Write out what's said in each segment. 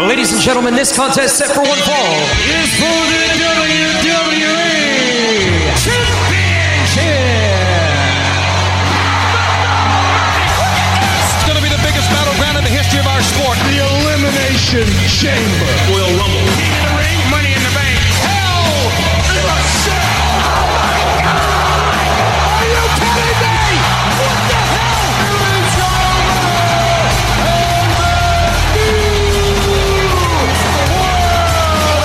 Ladies and gentlemen, this contest set for one fall is for the WWE Championship. It's going to be the biggest battleground in the history of our sport. The Elimination Chamber. Royal Rumble. King of the Ring, Money in the Bank. Hell in a Cell. Oh my God! Are you kidding me? What the hell? It's over! And the new World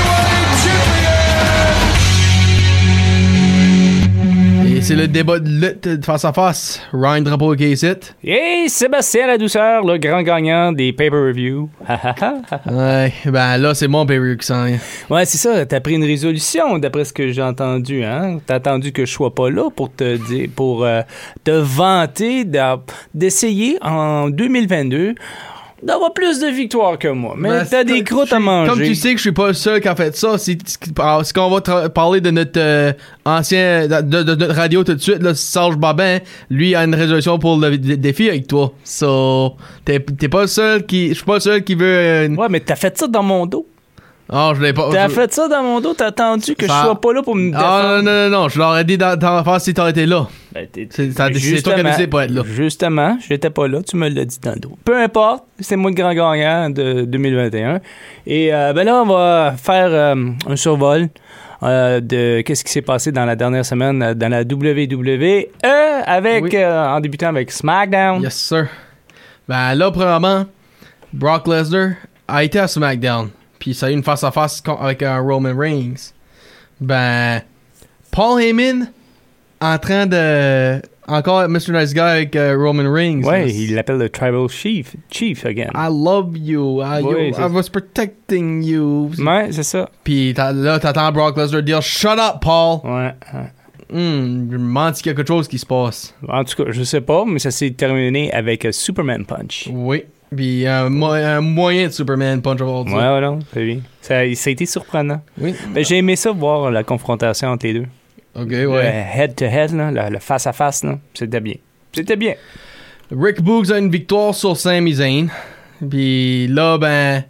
Heavyweight Champion! Et c'est le débat de lutte de face à face. Ryan Drapeau qui est ici. Et Sébastien La Douceur, le grand gagnant des pay-per-view. Ouais, ben là, c'est mon pay-per-view qui s'en vient. Ouais, c'est ça. T'as pris une résolution, d'après ce que j'ai entendu, hein? T'as attendu que je sois pas là pour te dire, pour te vanter d'essayer en 2022 d'avoir plus de victoires que moi. Mais Ben, t'as des croûtes à manger. Comme tu sais que je suis pas le seul qui a fait ça, c'est qu'on va parler de notre ancien de notre radio tout de suite, là, Serge Babin, lui a une résolution pour le défi avec toi. So, t'es pas le seul je suis pas le seul qui veut Ouais, mais t'as fait ça dans mon dos. Oh, je l'ai pas. T'as fait ça dans mon dos, t'as attendu que je sois pas là pour me défendre. Ah non, je l'aurais dit d'en faire si t'aurais été là. Ben, C'est toi qui as décidé de pas être là. Justement, j'étais pas là, tu me l'as dit dans le dos. Peu importe, c'est moi le grand gagnant de 2021. Et ben là, on va faire un survol de qu'est-ce qui s'est passé dans la dernière semaine dans la WWE avec Oui. en débutant avec SmackDown. Yes, sir. Ben là, premièrement, Brock Lesnar a été à SmackDown. Puis ça a eu une face-à-face avec Roman Reigns. Ben, Paul Heyman en train de... Encore Mr. Nice Guy avec Roman Reigns. Ouais, il l'appelle le Tribal Chief again. I love you. Oui, I was protecting you. Ouais, c'est ça. Puis là, t'attends Brock Lesnar dire « Shut up, Paul! Ouais. » Je me demande s'il y a quelque chose qui se passe. En tout cas, je sais pas, mais ça s'est terminé avec Superman Punch. Oui. Puis un moyen de Superman Punch of all time. Ouais, non, c'est bien. Ça a été surprenant. Oui. Ben, j'ai aimé ça, voir la confrontation entre les deux. OK, Le ouais. head-to-head, là, le face-à-face, là, c'était bien. C'était bien. Rick Boogs a une victoire sur Sami Zayn. Puis là, ben,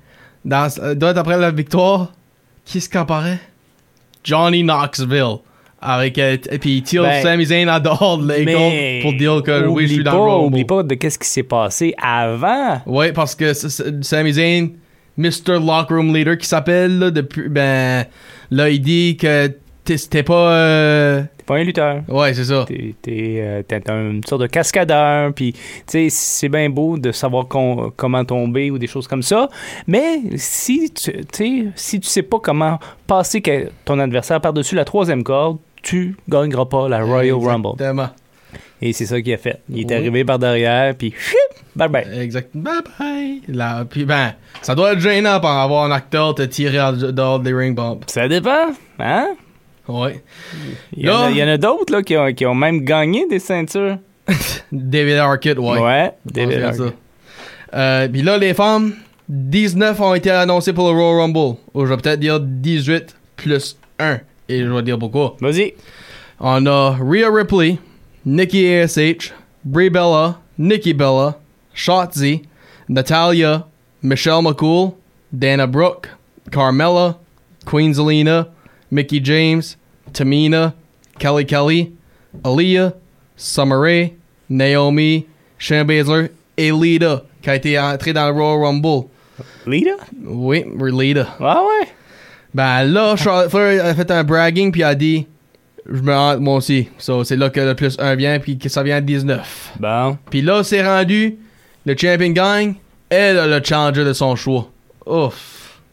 après la victoire, qui se comparait? Johnny Knoxville. Avec, puis il tire Sami Zayn en dehors de l'école pour dire que oui, je suis dans le Rumble. Oublie pas de qu'est-ce qui s'est passé avant. Ouais, parce que Sami Zayn, Mr. Lockroom Leader qui s'appelle, là, depuis, ben, là, il dit que t'es pas... T'es pas un lutteur. Ouais, c'est ça. T'es une sorte de cascadeur, puis tu sais, c'est bien beau de savoir comment tomber ou des choses comme ça, mais si tu sais pas comment passer ton adversaire par-dessus la troisième corde, tu gagneras pas la Royal Rumble. Exactement. Et c'est ça qu'il a fait. Il est arrivé par derrière, puis bye-bye. Exact. Bye-bye. Là, puis ben, ça doit être gênant par avoir un acteur te tirer dehors des ring bumps. Ça dépend, hein? Ouais. Il y en a d'autres là, qui ont même gagné des ceintures. David Arquette, ouais. Ouais, David Arquette. Puis là, les femmes, 19 ont été annoncées pour le Royal Rumble. Ou je vais peut-être dire 18 plus 1. Et je vais dire pourquoi. Vas-y. On a Rhea Ripley, Nikki ASH, Brie Bella, Nikki Bella, Shotzi, Natalia, Michelle McCool, Dana Brooke, Carmella, Queen Zelina, Mickie James, Tamina, Kelly Kelly, Aaliyah, Summer Rae, Naomi, Shayna Baszler et Lita, qui a été entrée dans le Royal Rumble. Lita? Oui, Lita. Ah ouais? Ben là, Charlotte Flair a fait un bragging puis a dit je me hante moi aussi. So, c'est là que le plus 1 vient puis que ça vient à 19. Bon. Puis là, c'est rendu le champion gagne, elle a le challenger de son choix. Ouf.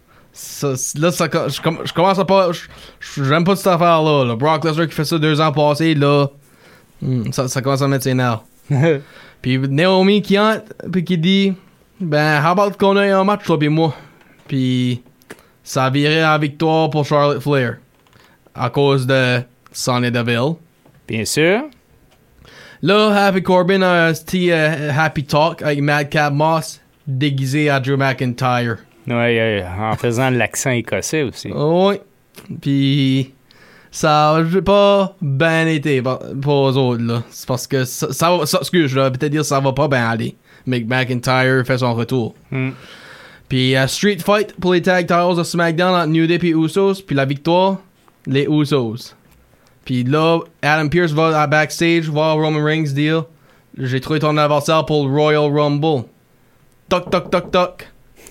Je commence à pas. J'aime pas cette affaire-là. Là. Brock Lesnar qui fait ça 2 ans passés, là. Ça commence à mettre ses nerfs. Puis Naomi qui entre, puis qui dit ben, how about qu'on ait un match, toi et moi. Puis ça a viré en victoire pour Charlotte Flair. À cause de Sonya Deville. Bien sûr. Là, Happy Corbin a un petit happy talk avec Madcap Moss déguisé à Drew McIntyre. Ouais, en faisant l'accent écossais aussi. Oui. Puis ça n'a pas bien été pour eux autres, là. C'est parce que excuse, je vais peut-être dire que ça va pas bien aller. Mais McIntyre fait son retour. Puis Street Fight pour les tag titles de SmackDown entre New Day et Usos. Puis la victoire, les Usos. Puis là, Adam Pearce va à backstage voir Roman Reigns deal. J'ai trouvé ton adversaire pour le Royal Rumble. Toc, toc, toc, toc.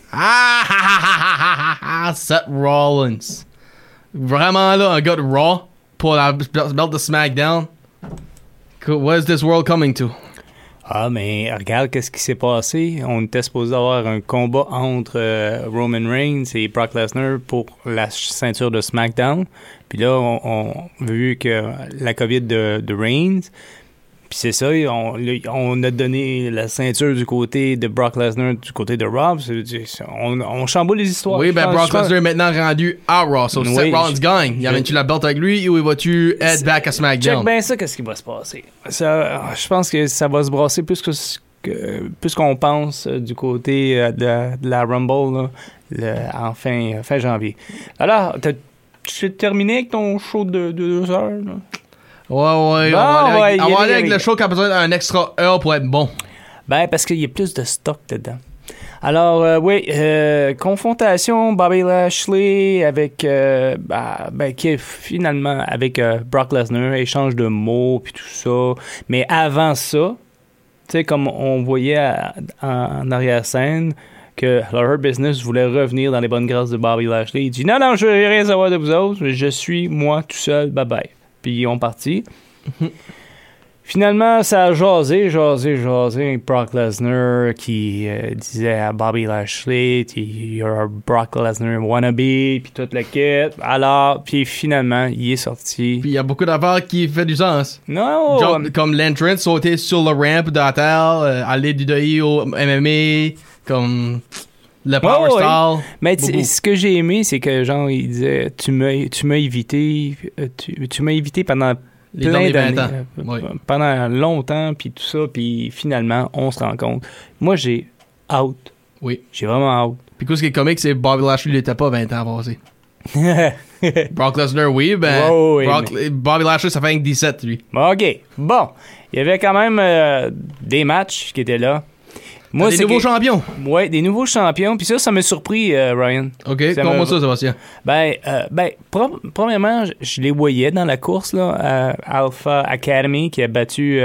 Seth Rollins. Vraiment là, un gars de Raw pour la belt de SmackDown. What is this world coming to? Ah, mais regarde qu'est-ce qui s'est passé. On était supposé avoir un combat entre Roman Reigns et Brock Lesnar pour la ceinture de SmackDown. Puis là, on a vu que la COVID de Reigns. Puis c'est ça, on a donné la ceinture du côté de Brock Lesnar, du côté de Rob. On chamboule les histoires. Oui, ben Brock Lesnar est maintenant rendu à Raw. So Seth Rollins gagne. Y amène-tu la belt avec lui ou vas-tu head back à SmackDown? Check bien ça, qu'est-ce qui va se passer. Je pense que ça va se brasser plus qu'on pense du côté de la Rumble là, fin janvier. Alors, tu as terminé avec ton show de 2 heures? Là? Ouais, on va aller avec le show qui a besoin d'un extra heure pour être bon. Ben, parce qu'il y a plus de stock dedans. Alors, confrontation Bobby Lashley avec, qui est finalement avec Brock Lesnar, échange de mots puis tout ça. Mais avant ça, tu sais, comme on voyait en arrière-scène, que le Hurt Business voulait revenir dans les bonnes grâces de Bobby Lashley. Il dit non, je veux rien savoir de vous autres, je suis moi tout seul, bye bye. Puis ils ont parti. Finalement, ça a jasé. Brock Lesnar qui disait à Bobby Lashley, you're a Brock Lesnar wannabe, puis toute la quête. Alors, puis finalement, il est sorti. Puis il y a beaucoup d'affaires qui fait du sens. Non! Comme l'entrance, sauter sur le ramp de la terre, aller du DI au MMA, comme le power style. Mais ce que j'ai aimé, c'est que genre, il disait, tu m'as évité pendant plein d'années, pendant longtemps, puis tout ça, puis finalement, on se rend compte. Moi, j'ai out. Oui. J'ai vraiment out. Puis quoi, ce qui est comique, c'est Bobby Lashley, il était pas 20 ans passé. Brock Lesnar, oui, Bobby Lashley, ça fait 17, lui. OK. Bon. Il y avait quand même des matchs qui étaient là. Moi, des nouveaux champions. Oui, des nouveaux champions. Puis ça m'a surpris, Ryan. OK, comment ça, Sébastien? Premièrement, je les voyais dans la course, là, Alpha Academy, qui a battu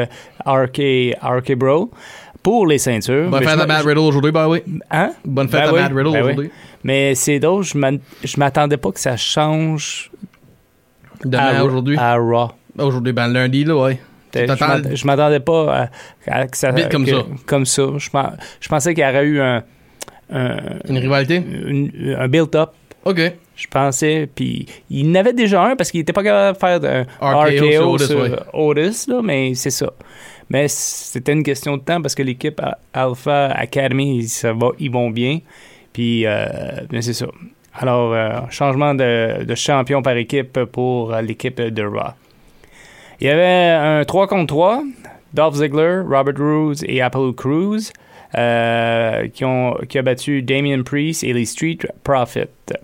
RK Bro pour les ceintures. Bonne fête à Matt Riddle aujourd'hui, by the way. Hein? Bonne fête à Matt Riddle aujourd'hui. Oui. Mais c'est d'autres, je m'attendais pas que ça change aujourd'hui. À Raw. Aujourd'hui, lundi, là, ouais. Je m'attendais pas à que ça... Comme ça. Je pensais qu'il y aurait eu une rivalité? Un build-up. OK. Je pensais, puis il n'avait déjà un parce qu'il était pas capable de faire un RKO sur Otis, là, mais c'est ça. Mais c'était une question de temps parce que l'équipe Alpha Academy, ils vont bien. Puis, mais c'est ça. Alors, changement de champion par équipe pour l'équipe de Raw. Il y avait un 3 contre 3, Dolph Ziggler, Robert Roode et Apollo Crews, qui a battu Damian Priest et les Street Profits.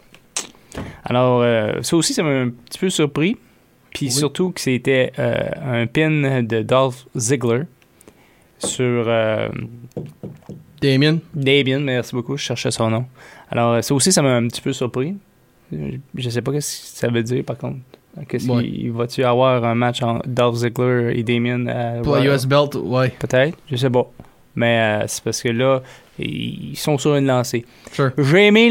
Alors, ça aussi, ça m'a un petit peu surpris. Puis surtout que c'était un pin de Dolph Ziggler sur... Damien, merci beaucoup, je cherchais son nom. Alors, ça aussi, ça m'a un petit peu surpris. Je sais pas ce que ça veut dire, par contre. Va-tu avoir un match entre Dolph Ziggler et Damien pour la US Belt, ouais. Peut-être, je sais pas. Mais c'est parce que là, ils sont sur une lancée. Sure. J'ai aimé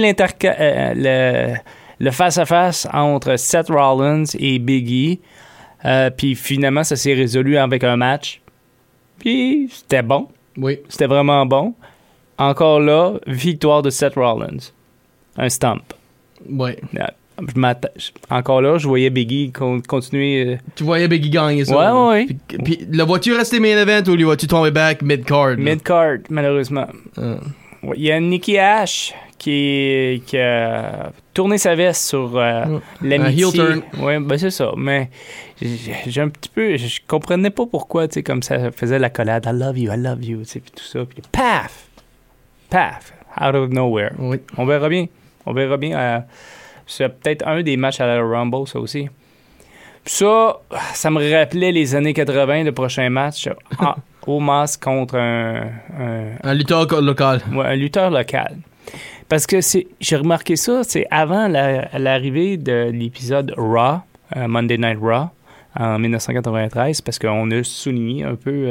le face-à-face entre Seth Rollins et Big E. Puis finalement, ça s'est résolu avec un match. Puis c'était bon. Oui. C'était vraiment bon. Encore là, victoire de Seth Rollins. Un stomp. Oui. Encore là, je voyais Biggie continuer. Tu voyais Biggie gagner ça. Ouais. Puis le vois-tu rester main event ou lui vois-tu tomber back mid-card? Mid-card, malheureusement. Il y a Nikki Ash qui a tourné sa veste sur l'amitié. Un heel turn. Ouais, ben c'est ça. Mais j'ai un petit peu... Je comprenais pas pourquoi, tu sais, comme ça faisait la collade. I love you, tu sais, puis tout ça. Puis paf! Out of nowhere. Oui. On verra bien. C'est peut-être un des matchs à la Rumble, ça aussi. Ça me rappelait les années 80, le prochain match. Omos contre un lutteur local. Ouais, un lutteur local. Parce que j'ai remarqué ça, c'est avant l'arrivée de l'épisode Raw, Monday Night Raw, en 1993, parce qu'on a souligné un peu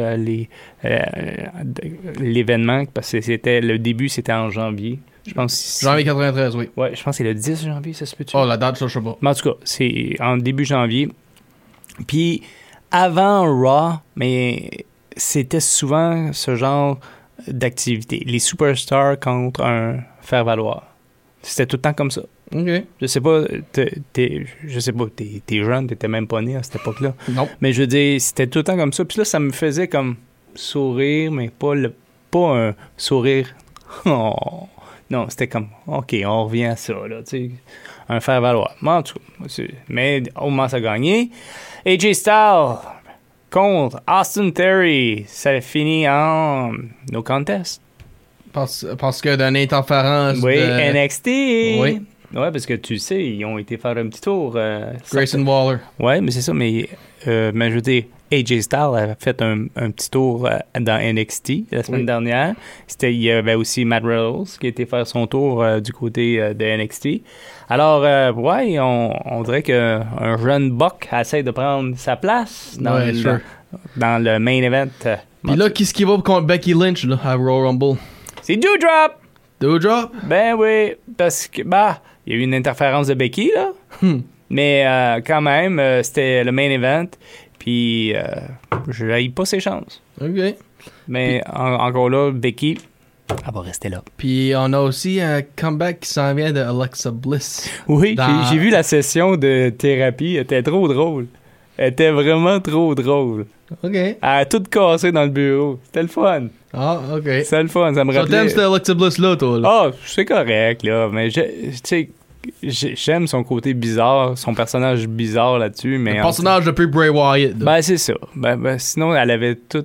l'événement, parce que le début, c'était en janvier. Je pense Janvier 93, oui. Ouais, je pense que c'est le 10 janvier, ça se peut-tu? Oh, la date, ça, je sais pas. Mais en tout cas, c'est en début janvier. Puis, avant Raw, mais c'était souvent ce genre d'activité. Les superstars contre un faire-valoir. C'était tout le temps comme ça. OK. Je sais pas, t'es jeune, t'étais même pas né à cette époque-là. Non. Mais je veux dire, c'était tout le temps comme ça. Puis là, ça me faisait comme sourire, mais pas un sourire. Oh. Non, c'était comme, OK, on revient à ça, là, tu sais, un faire-valoir. Mais en tout cas, mais au moment ça a gagné. AJ Styles contre Austin Theory, ça finit en no contest. Parce que d'une interférence Oui, de... NXT. Oui. Ouais, parce que tu sais, ils ont été faire un petit tour. Grayson Waller. Ouais, mais c'est ça, mais je veux dire, AJ Styles a fait un petit tour dans NXT la semaine dernière. Il y avait aussi Matt Riddle qui a été faire son tour du côté de NXT. Alors, ouais, on dirait qu'un jeune Buck essaie de prendre sa place dans, dans le main event. Puis là, qu'est-ce qui va contre Becky Lynch là, à Royal Rumble? C'est Doudrop! Doudrop? Ben oui, parce que, il y a eu une interférence de Becky, là. Mais quand même, c'était le main event. Puis, je n'haïs pas ses chances. OK. Mais encore là, Becky, elle va rester là. Puis, on a aussi un comeback qui s'en vient de Alexa Bliss. Oui, j'ai vu la session de thérapie. Elle était trop drôle. Elle était vraiment trop drôle. OK. Elle a tout cassé dans le bureau. C'était le fun. Ah, OK. C'était le fun. Ça me rappelait... t'aimes cette Alexa Bliss là, toi, là? Ah, c'est correct, là. Mais, tu sais... J'aime son côté bizarre, son personnage bizarre là-dessus. Mais le personnage depuis Bray Wyatt. Ben, c'est ça. Sinon, elle avait tout...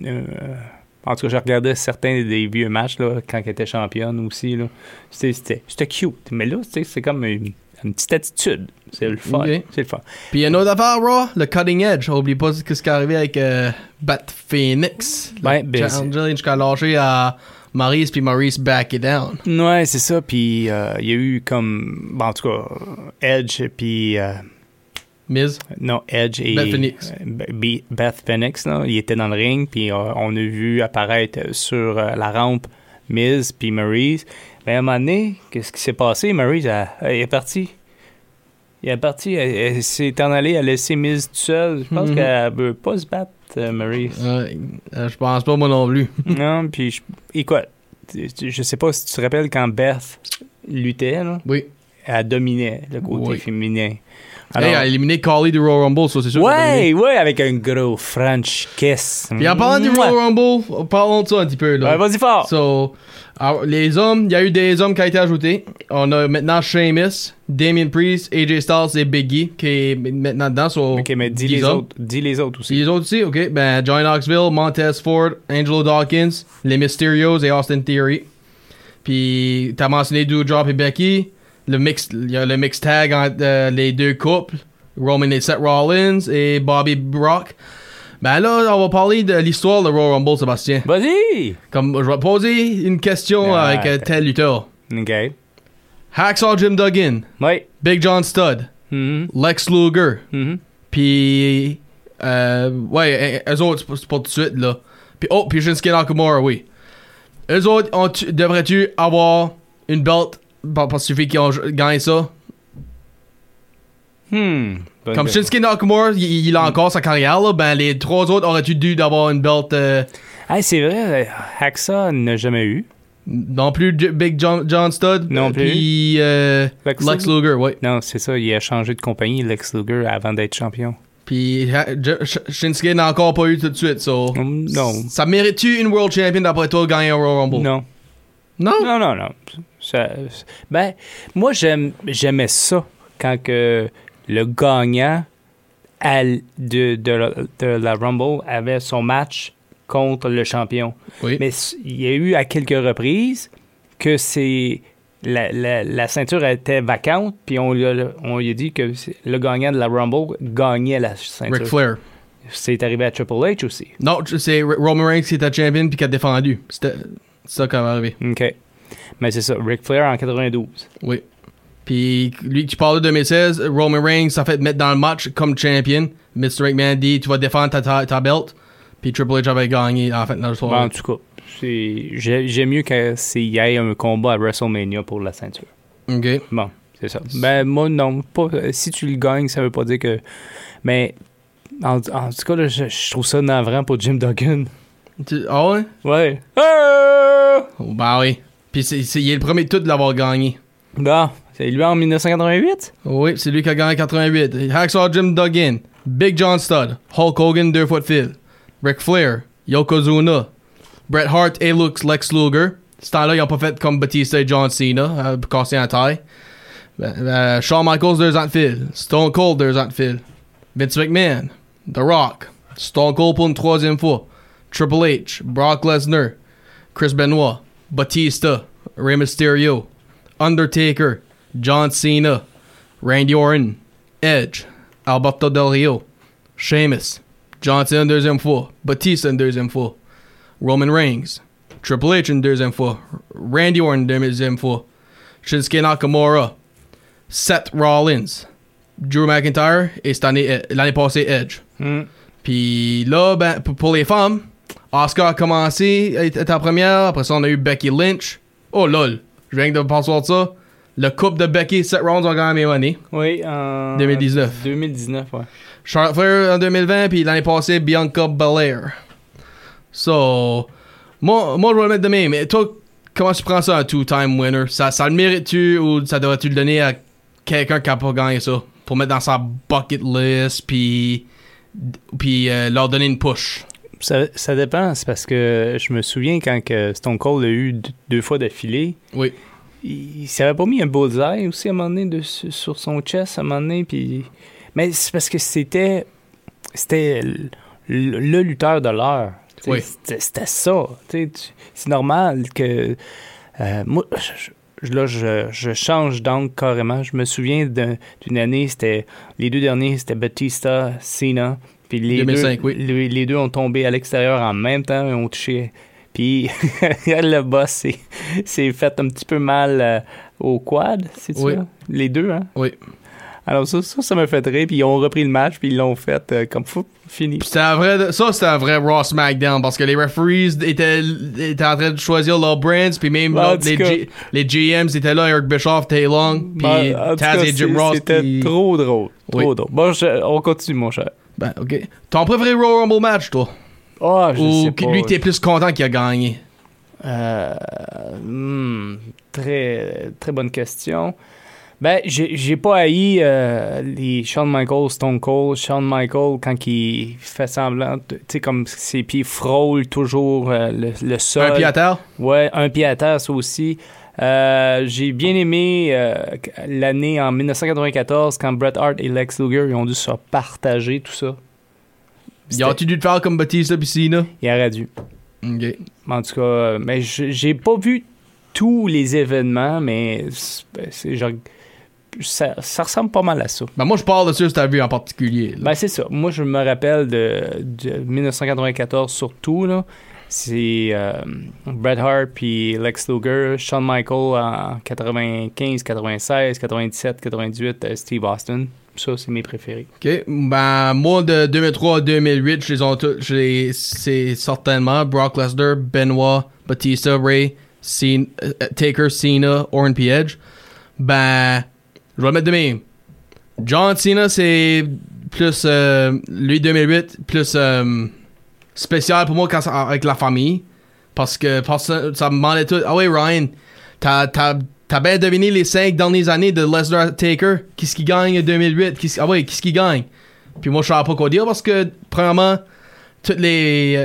en tout cas, je regardais certains des vieux matchs là, quand elle était championne aussi. Là. C'était cute. Mais là, c'est comme une petite attitude. C'est le fun. Okay. C'est le fun. Puis il y a une autre affaire, Raw, le Cutting Edge. Oublie pas ce qui est arrivé avec Bat Phoenix. Challenge qui a lâché à... Maurice, puis Maurice back it down. Ouais, c'est ça. Puis il y a eu comme... en tout cas, Edge, puis... Miz? Non, Edge et... Beth Phoenix. Beth Phoenix, là. Ils étaient dans le ring, puis on a vu apparaître sur la rampe Miz, puis Maurice. Mais à un moment donné, qu'est-ce qui s'est passé? Maurice, elle est partie. Elle s'est en allée, elle a laissé Miz tout seul. Je pense qu'elle veut pas se battre, Maurice. Je pense pas, moi non plus. Non, puis écoute, je sais pas si tu te rappelles quand Beth luttait, là. Oui. Elle dominait le côté féminin. Alors, elle a éliminé Carly du Royal Rumble, ça c'est sûr. Ouais, avec un gros French kiss. Puis en parlant du Royal Rumble, parlons de ça un petit peu, là. Ouais, vas-y fort. So, alors, les hommes, il y a eu des hommes qui ont été ajoutés. On a maintenant Sheamus, Damien Priest, AJ Styles et Big E qui est maintenant dedans. So, ok, mais dis les autres aussi. Les autres aussi, ok. Ben, Johnny Knoxville, Montez Ford, Angelo Dawkins, les Mysterios et Austin Theory. Puis, t'as mentionné Doudrop et Becky. Il y a le mix tag entre les deux couples, Roman et Seth Rollins et Bobby Brock. Ben là, on va parler de l'histoire de Royal Rumble, Sébastien. Vas-y! Comme je vais te poser une question avec tel lutteur. OK. Hacksaw Jim Duggan. Oui. Big John Studd. Lex Luger. Puis, eux autres, c'est pas tout de suite, là. Puis Shinsuke Nakamura, oui. Eux autres, devrais-tu avoir une belt parce qu'il suffit qu'ils ont gagné ça? Comme Shinsuke Nakamura, il a encore sa carrière, là, ben les trois autres auraient-tu dû d'avoir une belt? C'est vrai, Hacksaw n'a jamais eu. Non plus Big John Studd. Non plus. Puis Lex Luger, oui. Non, c'est ça, il a changé de compagnie, Lex Luger, avant d'être champion. Puis Shinsuke n'a encore pas eu tout de suite, so... non. Ça mérite-tu une World Champion d'après toi gagner un Royal Rumble? Non. Non? Non. Ben, moi, j'aimais ça quand que le gagnant de la Rumble avait son match contre le champion. Oui. Mais il y a eu à quelques reprises que la ceinture était vacante, puis on lui a dit que le gagnant de la Rumble gagnait la ceinture. Ric Flair. C'est arrivé à Triple H aussi. Non, c'est Roman Reigns qui était champion puis qui a défendu. C'était ça qui est arrivé. OK. Mais c'est ça, Ric Flair en 92. Oui. Puis lui, tu parles de 2016, Roman Reigns s'est fait mettre dans le match comme champion. Mr. McMahon dit, tu vas défendre ta belt. Puis Triple H avait gagné en fait dans le soir. En tout cas, j'aime mieux qu'il y ait un combat à WrestleMania pour la ceinture. OK. Bon, c'est ça. Ben, moi, non. Pas, si tu le gagnes, ça veut pas dire que... Mais, en tout cas, là, je trouve ça navrant pour Jim Duggan. Ah ouais? Ouais. Oh, bah oui. Puis il est le premier de tout de l'avoir gagné. Bon, c'est lui en 1988? Oui, c'est lui qui a gagné en 88. Hacksaw Jim Duggan, Big John Studd, Hulk Hogan, 2 foot Phil, Ric Flair, Yokozuna, Bret Hart et Lex Luger. Ce temps-là, ils n'ont pas fait comme Batista et John Cena, cassé en taille. Shawn Michaels, 2 ans de fil. Stone Cold, 2 ans de fil. Vince McMahon, The Rock, Stone Cold pour une 3e fois. Triple H, Brock Lesnar, Chris Benoit, Batista, Rey Mysterio, Undertaker, John Cena, Randy Orton, Edge, Alberto Del Rio, Sheamus, John Cena 2e fois, Batista une 2e fois, Roman Reigns, Triple H une 2e fois, Randy Orton 2e fois, Shinsuke Nakamura, Seth Rollins, Drew McIntyre et cette année, l'année passée Edge. Puis là, ben, pour les femmes, Asuka a commencé, était en première. Après ça, on a eu Becky Lynch. Oh lol, je viens de penser à ça. Le couple de Becky et Seth Rollins ont gagné l'année. Oui, en 2019. 2019, ouais. Charlotte Flair en 2020, puis l'année passée, Bianca Belair. So, moi, je vais le mettre de même. Mais toi, comment tu prends ça, un two-time winner? Ça le mérite-tu ou ça devrais-tu le donner à quelqu'un qui n'a pas gagné ça? Pour mettre dans sa bucket list, puis leur donner une push. Ça dépend. C'est parce que je me souviens quand que Stone Cold a eu 2 fois d'affilée. Oui. Il s'avait pas mis un bullseye aussi à un moment donné sur son chest à un moment donné. Puis... Mais c'est parce que c'était le lutteur de l'heure. Oui. C'était ça. C'est normal que... moi, je change d'angle carrément. Je me souviens d'une année, les 2 derniers, c'était Batista, Cena. Puis les 2005, deux, les 2 ont tombé à l'extérieur en même temps et ont touché. Puis le boss s'est fait un petit peu mal au quad, c'est ça? Oui. Les 2, hein? Oui. Alors ça m'a fait rire. Puis ils ont repris le match, puis ils l'ont fait comme fou, fini. C'était un vrai Raw SmackDown parce que les referees étaient en train de choisir leurs brands, puis même les GMs étaient là, Eric Bischoff, Tay Long, puis Taz et Jim Ross. C'était trop drôle. Oui. Trop drôle. Bon, on continue, mon cher. Ben, ok. Ton préféré Royal Rumble match, toi? Oh, je sais pas. Ou lui, t'es plus content qu'il a gagné? Très, très bonne question. Ben, j'ai pas haï les Shawn Michaels, Stone Cold. Shawn Michaels, quand il fait semblant, tu sais, comme ses pieds frôlent toujours le sol. Un pied à terre? Ouais, un pied à terre, ça aussi. J'ai bien aimé l'année en 1994 quand Bret Hart et Lex Luger ils ont dû se partager tout ça. Ils ont-tu dû te faire comme Batista et Cena? Il aurait dû. Ok. En tout cas, mais j'ai pas vu tous les événements, mais c'est genre... Ça ressemble pas mal à ça. Ben moi, je parle de ça que t'as vu en particulier. Là. Ben c'est ça. Moi, je me rappelle de 1994 surtout, là. C'est Bret Hart puis Lex Luger, Shawn Michaels en 95, 96, 97, 98, Steve Austin. Ça, c'est mes préférés. OK. Ben, moi, de 2003 à 2008, c'est certainement Brock Lesnar, Benoit, Batista, Ray, Taker, Cena, Orton puis Edge. Ben, je vais le mettre de même. John Cena, c'est plus, lui, 2008, plus spécial pour moi avec la famille. Parce que ça me demandait tout. Ah ouais, Ryan, t'as bien deviné les 5 dernières années de Lesnar Taker. Qu'est-ce qui gagne en 2008? Qu'est-ce qui gagne? Puis moi, je savais pas quoi dire parce que, premièrement, toutes les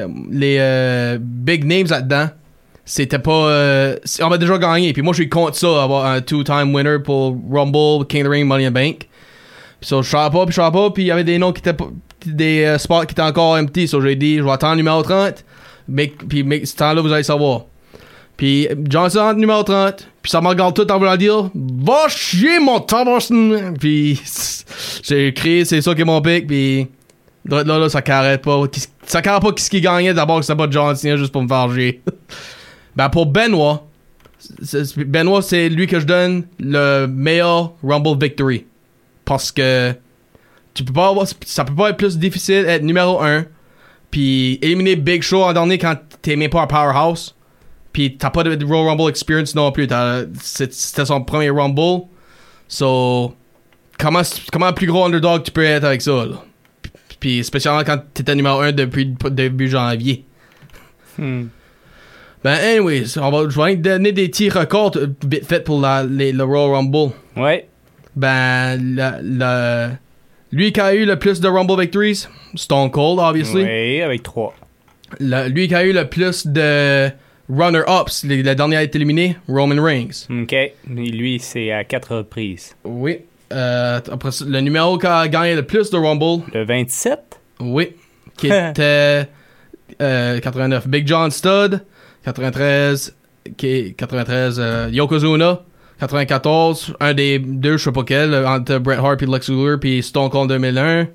big names là-dedans, c'était pas... on va déjà gagné. Puis moi, je suis contre ça, avoir un 2-time winner pour Rumble, King of the Ring, Money in the Bank. Puis ça, je savais pas. Puis il y avait des noms qui étaient pas... des spots qui étaient encore empty. So j'ai dit, je vais attendre le numéro 30. Puis ce temps-là, vous allez savoir. Puis Johnson numéro 30. Puis ça me regarde tout en voulant dire, va chier mon Thomason. Puis j'ai crié, c'est ça qui est mon pic. Puis là, ça carrette pas. Ça carrette pas qui gagnait. D'abord, c'était pas John Cena juste pour me faire chier. Ben pour Benoit, Benoit, c'est lui que je donne le meilleur Rumble victory. Parce que ça peut pas être plus difficile d'être numéro 1 puis éliminer Big Show en dernier quand t'es même pas un powerhouse. Puis t'as pas de Royal Rumble experience non plus. C'était son premier Rumble. So, comment plus gros underdog tu peux être avec ça, là? Puis spécialement quand t'étais numéro 1 depuis début janvier. Ben, anyways, je vais donner des petits records vite fait pour le Royal Rumble. Ouais. Ben, lui qui a eu le plus de Rumble victories, Stone Cold, obviously. Oui, avec 3. Lui qui a eu le plus de runner-ups, le dernier à être éliminé, Roman Reigns. OK. Et lui, c'est à 4 reprises. Oui. Après ça, le numéro qui a gagné le plus de Rumble. Le 27? Oui. Qui était 89. Big John Studd. 93. Yokozuna. 94. Un des deux, je sais pas quel, entre Bret Hart et Lex Luger, puis Stone Cold en 2001.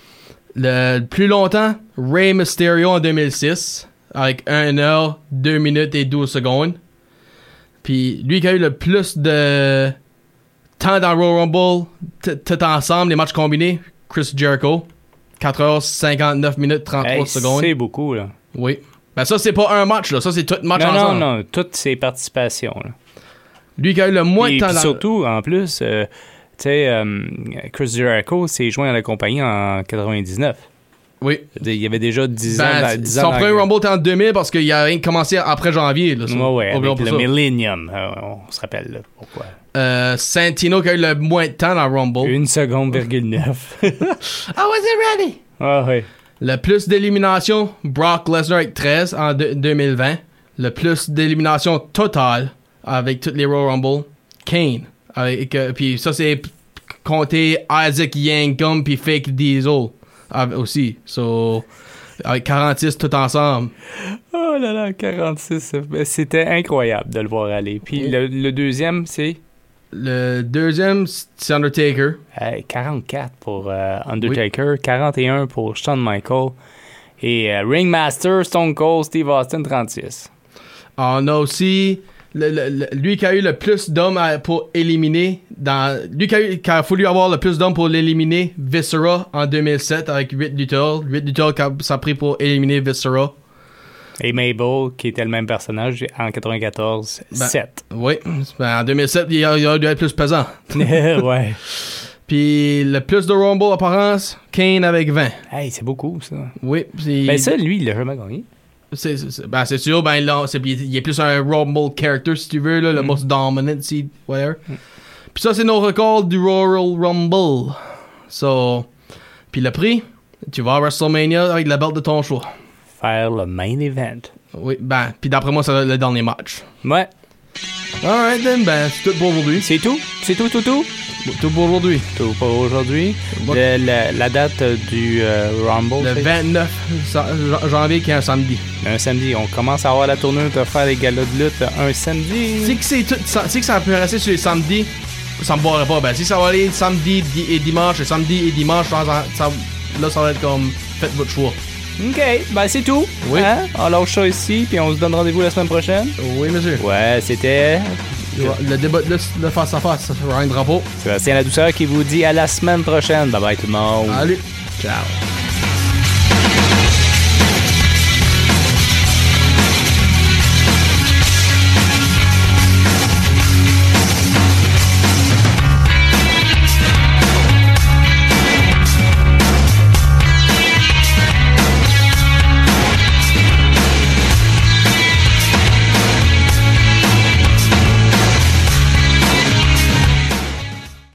Le plus longtemps, Rey Mysterio en 2006. Avec 1 heure, 2 minutes et 12 secondes. Puis lui qui a eu le plus de temps dans Royal Rumble, tout ensemble, les matchs combinés, Chris Jericho. 4 heures, 59 minutes, 33 secondes. C'est beaucoup, là. Oui. Ben ça, c'est pas un match, là. Ça, c'est tout match ensemble. Non, toutes ses participations, là. Lui qui a eu le moins de temps puis dans... surtout, en plus, tu sais, Chris Jericho s'est joint à la compagnie en 99. Oui. Il y avait déjà 10 ans. Son premier Rumble était en 2000 parce qu'il a rien commencé après janvier. Là, ouais, avec le Millennium, on se rappelle là, pourquoi. Santino qui a eu le moins de temps dans Rumble. 1 seconde, 9. I wasn't ready! Ah oui. Le plus d'éliminations, Brock Lesnar avec 13 en 2020. Le plus d'éliminations totales avec toutes les Royal Rumble, Kane. Puis ça, c'est compter Isaac Yankum puis Fake Diesel aussi. So, avec 46 tout ensemble. Oh là là, 46. C'était incroyable de le voir aller. Puis le deuxième, c'est... Le deuxième, c'est Undertaker. 44 pour Undertaker, 41 pour Shawn Michaels et Ringmaster Stone Cold Steve Austin, 36. On a aussi lui qui a eu le plus d'hommes pour éliminer lui qui a fallu avoir le plus d'hommes pour l'éliminer, Viscera en 2007 avec 8 lutteurs. 8 lutteurs ça a pris pour éliminer Viscera. Et Mabel, qui était le même personnage en 94, 7. Oui, en 2007, il a dû être plus pesant. Ouais. Puis le plus de Rumble apparence, Kane avec 20. Hey, c'est beaucoup, ça. Oui. Ben ça, lui, il l'a jamais gagné. C'est sûr, il est plus un Rumble character, si tu veux, là, le most dominant, whatever. Puis ça, c'est nos records du Royal Rumble. So, puis le prix, tu vas à WrestleMania avec la belt de ton choix. Faire le main event. Oui, puis d'après moi, ça va être le dernier match. Ouais. Alright then, c'est tout pour aujourd'hui. C'est tout? C'est tout? Tout pour aujourd'hui. Tout pour aujourd'hui. La date du Rumble, le 29 janvier, qui est un samedi. Un samedi. On commence à avoir la tournure de faire les galas de lutte un samedi. Si que ça peut rester sur les samedis, ça me boirait pas. Si ça va aller samedi et dimanche, là, ça va être comme, faites votre choix. OK, c'est tout. Oui. Hein? On lâche ça ici, puis on se donne rendez-vous la semaine prochaine. Oui, monsieur. Ouais, c'était... Le débat de face-à-face, Ryan Drapeau. Sébastien La Douceur qui vous dit à la semaine prochaine. Bye bye tout le monde. Salut. Ciao.